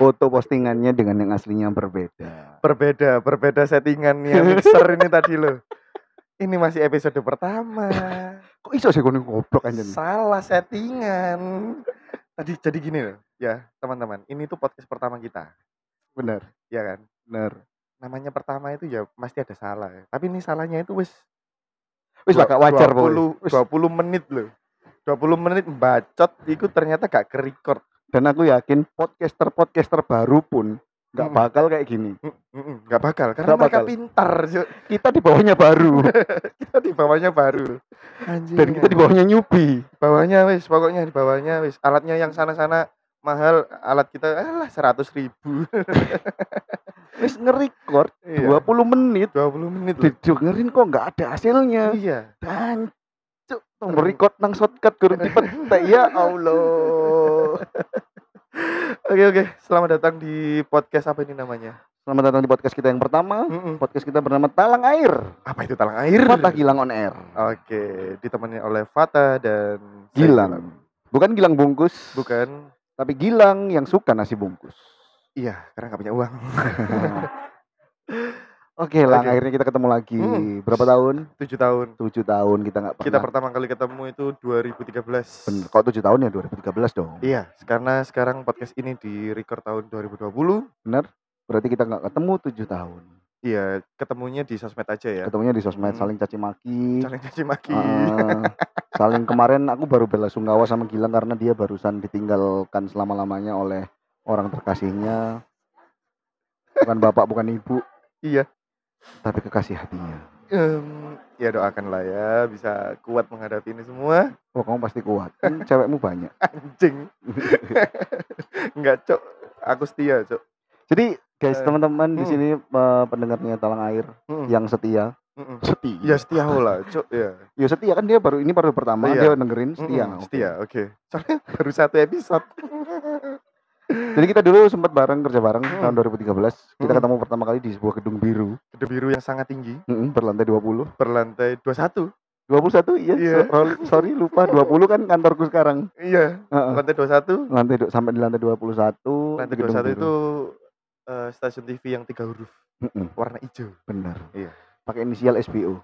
foto postingannya dengan yang aslinya berbeda. Berbeda settingannya mixer ini tadi loh. Ini masih episode pertama. Kok iso sih kono goblok anjen? Salah settingan. Tadi jadi gini loh, ya teman-teman. Ini tuh podcast pertama kita, Bener, ya kan? bener. Namanya pertama itu ya pasti ada salah. Tapi ini salahnya itu wis Wis lah gak wajar 20 pokoknya. 20 menit loh. 20 menit bacot itu ternyata gak ke-record. Dan aku yakin podcaster baru pun nggak bakal kayak gini. Nggak bakal karena Nggak mereka bakal. pintar. Kita di bawahnya baru. Kita di bawahnya baru. Anjing. Dan kita di bawahnya newbie. Bawahnya wis, pokoknya di bawahnya wis. Alatnya yang sana-sana mahal, alat kita 100.000. Wis nge-record Iya. 20 menit. 20 menit loh. Didengerin kok nggak ada hasilnya. Iya. Dan cuk, nge-record nang shortcut gurung dipetek ya Allah. Oke. Selamat datang di podcast apa ini namanya? Selamat datang di podcast kita yang pertama. Podcast kita bernama Talang Air. Apa itu Talang Air? Fata Gilang on Air. Oke, ditemani oleh Fata dan Gilang. Bukan Gilang bungkus. Bukan. Tapi Gilang yang suka nasi bungkus. Iya, karena nggak punya uang. Oke, Lang, akhirnya kita ketemu lagi. Berapa tahun? 7 tahun. 7 tahun kita nggak pernah. Kita pertama kali ketemu itu 2013. Bener, kok 7 tahun ya 2013 dong. Iya, karena sekarang podcast ini di record tahun 2020. Bener, berarti kita nggak ketemu 7 tahun. Iya, ketemunya di sosmed aja ya. Ketemunya di sosmed, saling caci maki. Saling kemarin aku baru belasungkawa sama Gilang karena dia barusan ditinggalkan selama-lamanya oleh orang terkasihnya. Bukan bapak, bukan ibu. Iya. Tapi kekasih hatinya. Ya doakanlah ya bisa kuat menghadapi ini semua. Oh, kamu pasti kuat. Cewekmu banyak. Anjing. Enggak, Cok. Aku setia, Cok. Jadi guys, teman-teman di sini pendengarnya Talang Air yang setia. Setia. Ya setia lah, Cok, ya. Ya setia kan dia baru pertama dia dengerin setia. Setia, oke. Soalnya baru 1 episode. Jadi kita dulu sempat kerja bareng tahun 2013. Kita ketemu pertama kali di sebuah gedung biru. Gedung biru yang sangat tinggi. Berlantai 20. Berlantai 21. 21 iya. Sorry lupa 20 kan kantorku sekarang. Iya. Lantai 21. Sampai di lantai 21. Lantai 21 itu stasiun TV yang 3 huruf. Warna hijau. Benar. Iya. Pakai inisial SBO.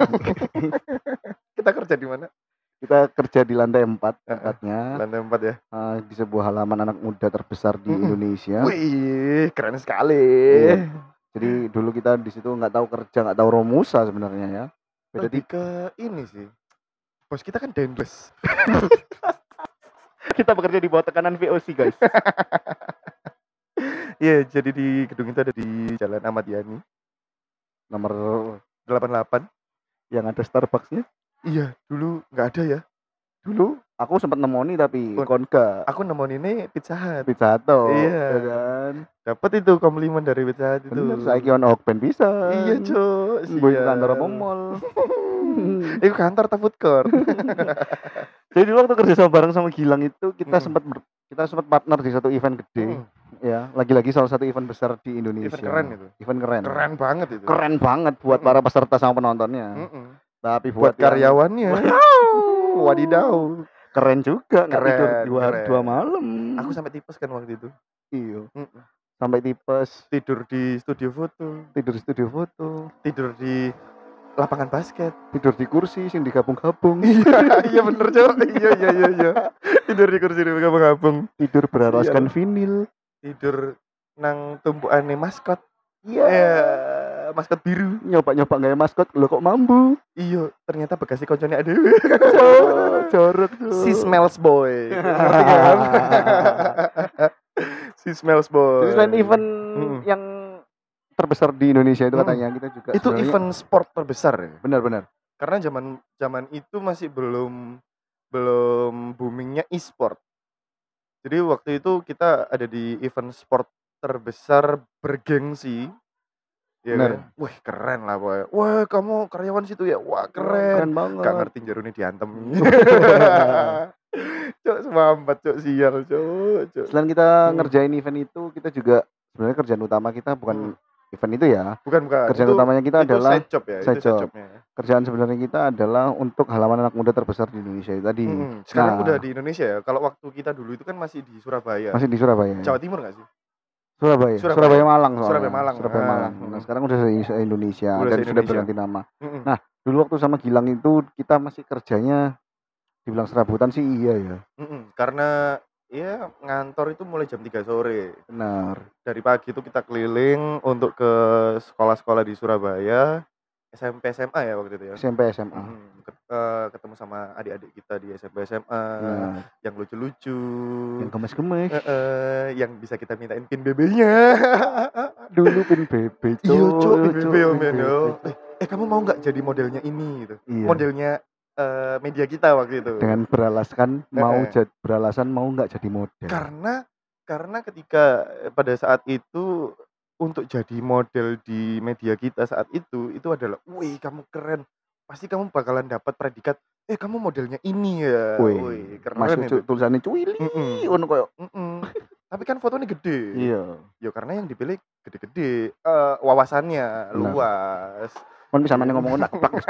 Kita kerja di mana? Kita kerja di lantai 4 tempatnya. Lantai 4 ya. Di sebuah halaman anak muda terbesar di Indonesia. Wih, keren sekali. Iya. Jadi dulu kita di situ nggak tahu kerja, nggak tahu romusa sebenarnya ya. Lebih ke ini sih. Bos kita kan dendles. Kita bekerja di bawah tekanan VOC, guys. Iya, jadi di gedung itu ada di Jalan Ahmad Yani. Nomor 88. Yang ada Starbucks-nya. Iya, dulu nggak ada ya. Dulu aku sempat nemoni tapi konka. Aku nemoni ini Pizza Hut. Pizza Hut toh. Iya kan. Dapat itu komplimen dari Pizza Hut itu. Bener, saiki ono Hokben bisa. Iya, Cuk. Boy kantor apa mall. Itu kantor ta food court. Jadi dulu waktu kerja sama bareng sama Gilang itu kita sempat partner di satu event gede. Ya, lagi-lagi salah satu event besar di Indonesia. Event keren itu. Event keren. Keren banget itu. Keren banget buat para peserta sama penontonnya. Tapi buat karyawannya. Wadidaw. Keren juga, nggak tidur 2 malam. Aku sampai tipes kan waktu itu. Iya. Sampai tipes. Tidur di studio foto. Tidur di lapangan basket. Tidur di kursi sing digabung-gabung. Iya bener, Cok. Iya. Tidur di kursi digabung-gabung. Tidur beralaskan vinil. Tidur nang tumpukane maskot. Iya. Maskot biru. Nyoba gaya maskot, lo kok mambu? Iya, ternyata bekasi koncone ada. Jorok tuh. Si smells boy. Ngerti kan? Si smells boy. Jadi selain event yang terbesar di Indonesia itu katanya kita juga. Itu event sport terbesar ya. Benar. Karena zaman itu masih belum boomingnya e-sport. Jadi waktu itu kita ada di event sport terbesar bergengsi. Ya kan? Wih, keren lah boy. Wah, kamu karyawan situ ya? Wah, keren banget. Gak ngerti jarune diantem. Cok, semambat, Cok, sial, Cok. Selain kita ngerjain event itu, kita juga sebenarnya kerjaan utama kita bukan event itu ya. Bukan. Kerjaan utamanya kita adalah side job ya. Side jobnya. Kerjaan sebenarnya kita adalah untuk halaman anak muda terbesar di Indonesia itu tadi. Sekarang udah di Indonesia ya. Kalau waktu kita dulu itu kan masih di Surabaya. Masih di Surabaya. Jawa Timur nggak sih? Surabaya Malang Surabaya soalnya. Malang. Surabaya Malang. Nah, sekarang udah se-Indonesia Udah dan sudah se-Indonesia. berganti nama. Nah, dulu waktu sama Gilang itu kita masih kerjanya dibilang serabutan sih iya ya. Karena ya ngantor itu mulai jam 3 sore. Benar. Dari pagi itu kita keliling untuk ke sekolah-sekolah di Surabaya, SMP SMA ya waktu itu ya. SMP SMA. Ketemu sama adik-adik kita di SMP SMA Nah, yang lucu-lucu, yang gemes-gemes. yang bisa kita mintain pin BB-nya. Dulu pin BB Iya cok, pin Cuk, BB ya pin men BB, yo. Cuk. Kamu mau nggak jadi modelnya ini gitu? Iya. Modelnya media kita waktu itu. Dengan beralasan mau nggak jadi model. Karena ketika pada saat itu untuk jadi model di media kita saat itu adalah, wih kamu keren, pasti kamu bakalan dapat predikat, kamu modelnya ini ya, wih keren Masuk itu. tulisannya cuili, ono koyo. Tapi kan fotonya gede. Iya. Ya karena yang dipilih gede-gede, wawasannya luas. Kon bisa mana ngomong tak keplak.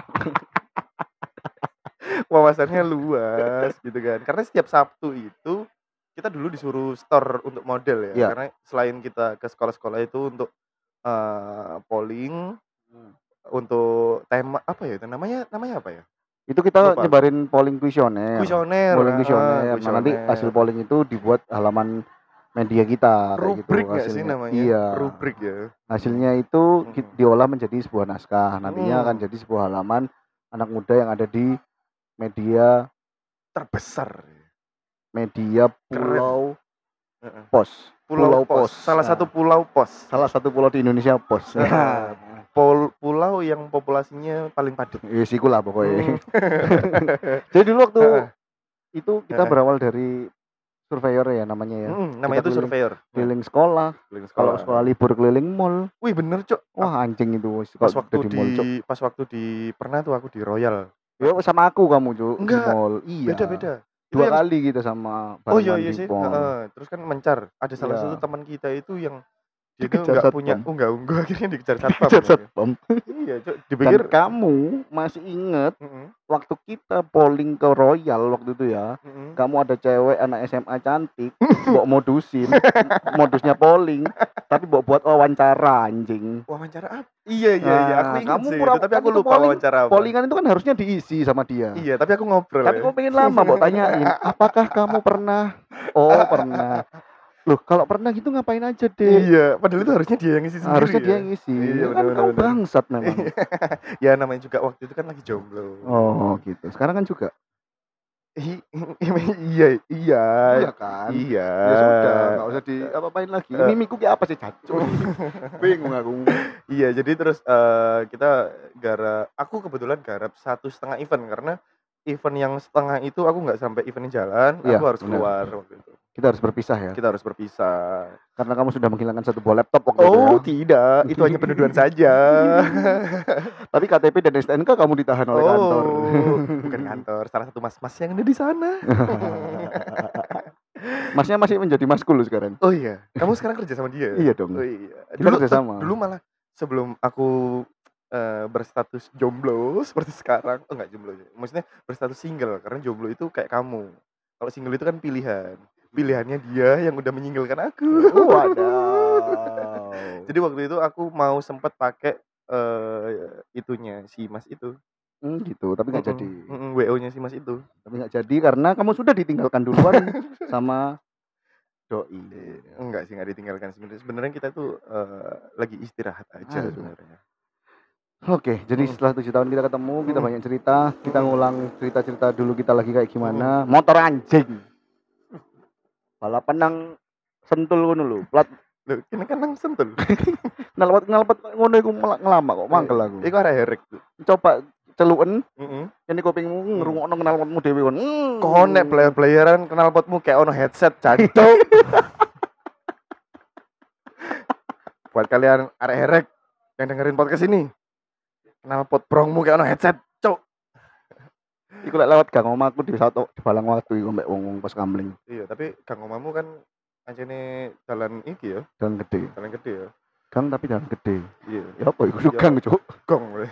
Wawasannya luas gitu kan. Karena setiap Sabtu itu kita dulu disuruh store untuk model ya. Iya. Karena selain kita ke sekolah-sekolah itu untuk polling, untuk tema apa ya itu namanya apa ya? Itu kita Lupa aku. nyebarin polling kuesioner. Polling kuesioner. Nah, nanti hasil polling itu dibuat halaman media kita kayak gitu Rubrik nggak sih hasilnya. namanya? Iya. Rubrik ya. Hasilnya itu diolah menjadi sebuah naskah. Nantinya akan jadi sebuah halaman anak muda yang ada di media terbesar. Media Pulau Pos. Pulau Pos. Salah satu pulau pos. Salah satu pulau di Indonesia pos. Pulau yang populasinya paling padat. Iya sih lah pokoknya. Jadi dulu waktu itu kita berawal dari surveyor ya namanya ya. Namanya itu surveyor. Keliling sekolah. Kalau sekolah libur keliling mall. Wih bener cok. Wah anjing itu. Pas waktu di pernah tuh aku di Royal. Ya sama aku kamu cok. Enggak. Di mall. Iya. Beda. 2 kali kita sama barengan iya sih. Terus kan mencar. Ada salah satu teman kita itu yang dia itu nggak punya unggah akhirnya dikejar satpam. Iya, Cok. Dipikir dan kamu masih inget waktu kita polling ke Royal waktu itu ya. Kamu ada cewek anak SMA cantik, mbok modusin, modusnya polling, tapi mbok buat wawancara anjing. Wawancara apa? Iya, aku ingat kamu sih itu, tapi aku lupa wawancara apa. Pollingan itu kan harusnya diisi sama dia. Iya, tapi aku ngobrol. Tapi kamu pengen lama mbok tanyain, apakah kamu pernah? Oh, pernah. Loh, kalau pernah gitu ngapain aja deh? Iya, padahal itu harusnya dia yang ngisi sendiri. Harusnya dia yang ngisi. Iya, kan kamu bangsat memang. Ya namanya juga waktu itu kan lagi jomblo. Oh, gitu. Sekarang kan juga. Iya kan. Iya. Ya sudah, enggak usah diapa-apain lagi. Ini miku kayak apa sih, Cacu? Bingung aku. Iya, jadi terus kita aku kebetulan garap 1,5 event karena event yang setengah itu aku nggak sampai eventnya jalan, aku harus keluar waktu itu. Kita harus berpisah ya. Kita harus berpisah. Karena kamu sudah menghilangkan 1 buah laptop waktu itu. Oh, tidak. Itu hanya pendudukan saja. Tapi KTP dan STNK kamu ditahan oleh kantor. Bukan kantor, salah satu mas-mas yang ada di sana. Masnya masih menjadi maskul sekarang. Oh iya. Kamu sekarang kerja sama dia? Iya dong. Oh iya. Kita kerja sama. Dulu malah sebelum aku berstatus jomblo seperti sekarang. Oh enggak jomblo ya. Maksudnya berstatus single karena jomblo itu kayak kamu. Kalau single itu kan pilihannya dia yang udah menyinggalkan aku. Waduh. Jadi waktu itu aku mau sempat pakai itunya si Mas itu. Gitu, tapi nggak jadi. WO-nya si Mas itu. Tapi nggak jadi karena kamu sudah ditinggalkan duluan sama doi. Enggak sih, nggak ditinggalkan sebenarnya kita tuh lagi istirahat aja sebenarnya. Oke, jadi setelah 7 tahun kita ketemu, kita banyak cerita, kita ngulang cerita-cerita dulu kita lagi kayak gimana. Motor anjing. Balapan nang Sentul ngono lho. Plat lho, kene kan nang Sentul. Ngalpet ngono iku ngelama kok mangkel aku. Iku arek herek. Coba celuken. Kene kupingmu ngrungokno knalpotmu dhewe kon. Kon nek player-playeran knalpotmu kayak ono headset jancuk. Buat kalian arek herek yang dengerin podcast ini. Knalpot brongmu kayak ono headset, cuk. Iku lek lewat gang omahku di Balang Watu iku mbek wong pos Kamling. Iya, tapi gang omahmu kan anjene jalan iki ya. Jalan gede ya. Gang tapi jalan gede. Iya. Ya apa iku gang, Cuk? Gong.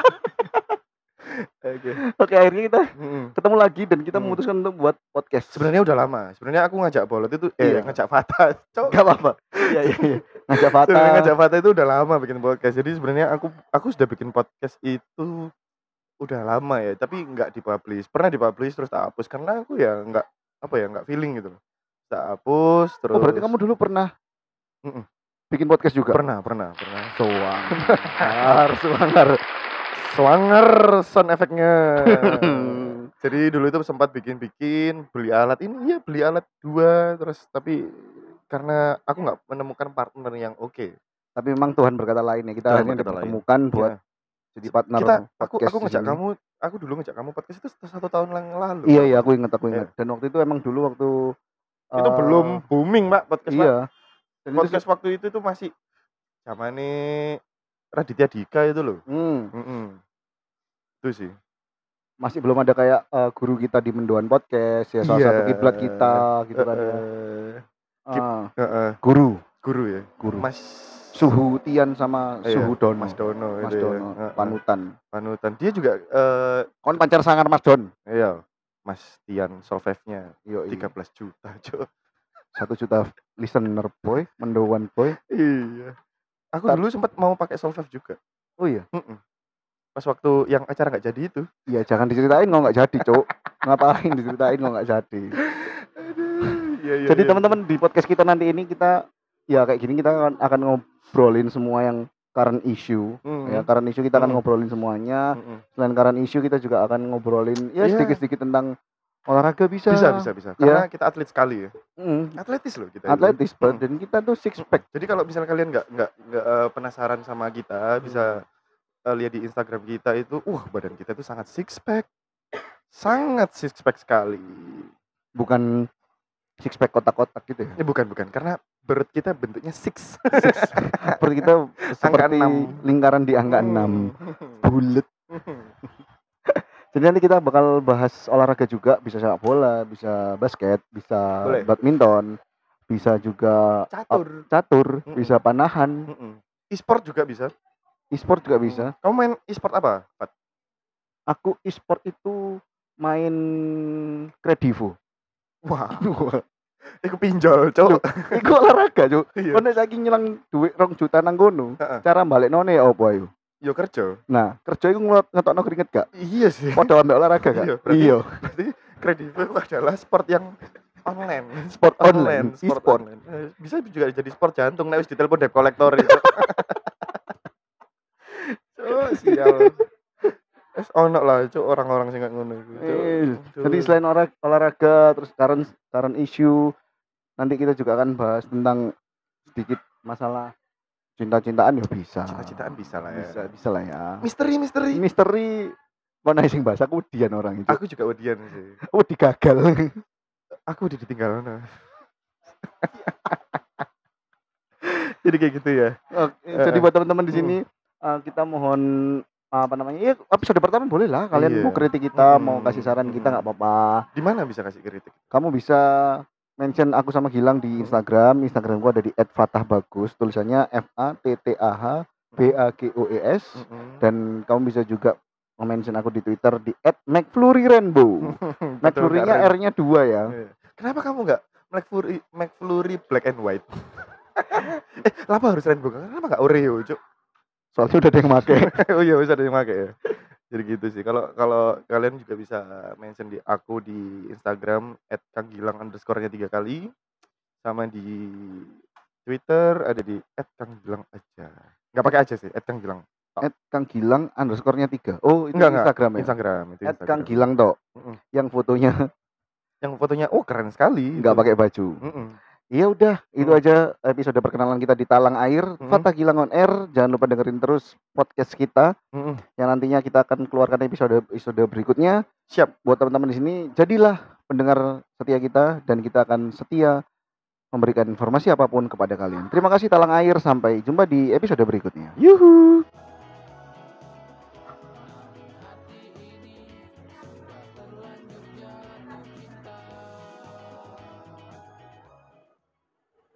Oke, akhirnya kita ketemu lagi dan kita memutuskan untuk buat podcast. Sebenarnya udah lama. Sebenarnya aku ngajak Bolot itu ngajak Fatah. Cok, enggak apa-apa. Iya iya iya. Ngajak Fata. Sebenarnya ngajak Fata itu udah lama bikin podcast. Jadi sebenarnya aku sudah bikin podcast itu udah lama ya, tapi nggak dipublish. Pernah dipublish terus tak hapus karena aku ya nggak apa ya, nggak feeling gitu loh. Tak hapus Oh, berarti terus kamu dulu pernah mm-mm. bikin podcast juga? Pernah. Swanger. Swanger sound efeknya. Jadi dulu itu sempat bikin beli alat ini ya, beli alat 2 terus tapi karena aku nggak menemukan partner yang oke. Tapi memang Tuhan berkata lain ya. Kita Tuhan akhirnya berkata lain. dipertemukan buat Ya. jadi partner podcast Aku ngajak di sini. aku dulu ngajak kamu podcast itu 1 tahun yang lalu. Iya, aku ingat. Ya. Dan waktu itu emang dulu waktu Itu belum booming, Mbak, podcast, Mbak. iya. Dan Podcast waktu itu tuh masih zamane Raditya Dika itu loh. Itu sih. Masih belum ada kayak guru kita di Mendoan Podcast ya, salah satu kiblat kita gitu kan ya. Guru ya. Mas Suhu Tian sama Suhu Dono. Mas Dono Mas itu Dono, ya. Panutan. Dia juga kon pancar sangar Mas Don. Iya. Mas Tian Solveig-nya 13 juta, Cuk. 1 juta listener boy, Mendoan boy. Iya. Aku dulu sempat mau pakai Solveig juga. Oh iya. Pas waktu yang acara nggak jadi itu. Iya, jangan diceritain kalau nggak jadi, Cuk. Ngapain diceritain kalau nggak jadi. Iya, jadi teman-teman di podcast kita nanti ini kita ya kayak gini kita akan ngobrolin semua yang current issue. Ya, current issue kita akan ngobrolin semuanya. Selain current issue kita juga akan ngobrolin ya sedikit-sedikit tentang olahraga bisa. Bisa. Karena kita atlet sekali ya. Atletis loh kita. Atletis, dan kita tuh six pack. Jadi kalau misalnya kalian nggak penasaran sama kita, bisa lihat di Instagram kita itu, badan kita itu sangat six pack sekali. Bukan six pack kotak-kotak gitu ya? Bukan, karena perut kita bentuknya six. Perut kita seperti lingkaran di angka 6, bulat. Jadi nanti kita bakal bahas olahraga juga, bisa sepak bola, bisa basket, bisa badminton, bisa juga catur, bisa panahan. E-sport juga bisa. Kamu main e-sport apa, Pat? Aku e-sport itu main Kredivo. Wah. Iku pinjol, Cuk. Iku olahraga, Cuk. Ono saiki nyelang duit 2 juta nang kono. Cara baleknone ya opo ayo? Yo kerja. Nah, kerja iku ngetokno keringet gak? Iya sih. Padha ambek olahraga gak? Iya. Berarti Kredivo adalah sport yang online. Sport online. Bisa juga jadi sport jantung nek wis ditelepon debt collector itu. Sial. Ono lah Cuk orang-orang sing ngono iku. Jadi selain olahraga terus current issue, nanti kita juga akan bahas tentang sedikit masalah cinta-cintaan ya bisa. Cinta-cintaan bisa lah ya. Bisa lah ya. Misteri. Mana sing bahas aku udian orang itu. Aku juga udian sih. Digagal. Aku udah ditinggal. Jadi kayak gitu ya. Jadi buat teman-teman di sini kita mohon ya episode pertama boleh lah kalian mau kritik kita, mau kasih saran kita nggak apa-apa. Di mana bisa kasih kritik? Kamu bisa mention aku sama Gilang di Instagram gua ada di @fatahbagus, tulisannya FATTAHBAGOES. Dan kamu bisa juga mention aku di Twitter di @McFlurry-Rainbow. McFlurry-nya R-nya 2 ya. Kenapa kamu nggak McFlurry black and white? Kenapa harus rainbow? Kenapa nggak Oreo, Cuk? Soalnya udah ada yang make. Oh iya, bisa ada yang make ya. Jadi gitu sih. Kalau kalian juga bisa mention di aku di Instagram @kanggilang_nya 3 kali. Sama di Twitter ada di @kanggilang aja. Enggak pakai aja sih, @kanggilang. @kanggilang_nya 3. Oh, itu enggak, Instagram ya? Instagram. @kanggilang toh. Yang fotonya keren sekali. Enggak pakai baju. Iya udah, itu aja episode perkenalan kita di Talang Air. Fatah Gilang on Air. Jangan lupa dengerin terus podcast kita. Yang nantinya kita akan keluarkan episode berikutnya. Siap buat teman-teman di sini. Jadilah pendengar setia kita dan kita akan setia memberikan informasi apapun kepada kalian. Terima kasih Talang Air. Sampai jumpa di episode berikutnya. Yuhu.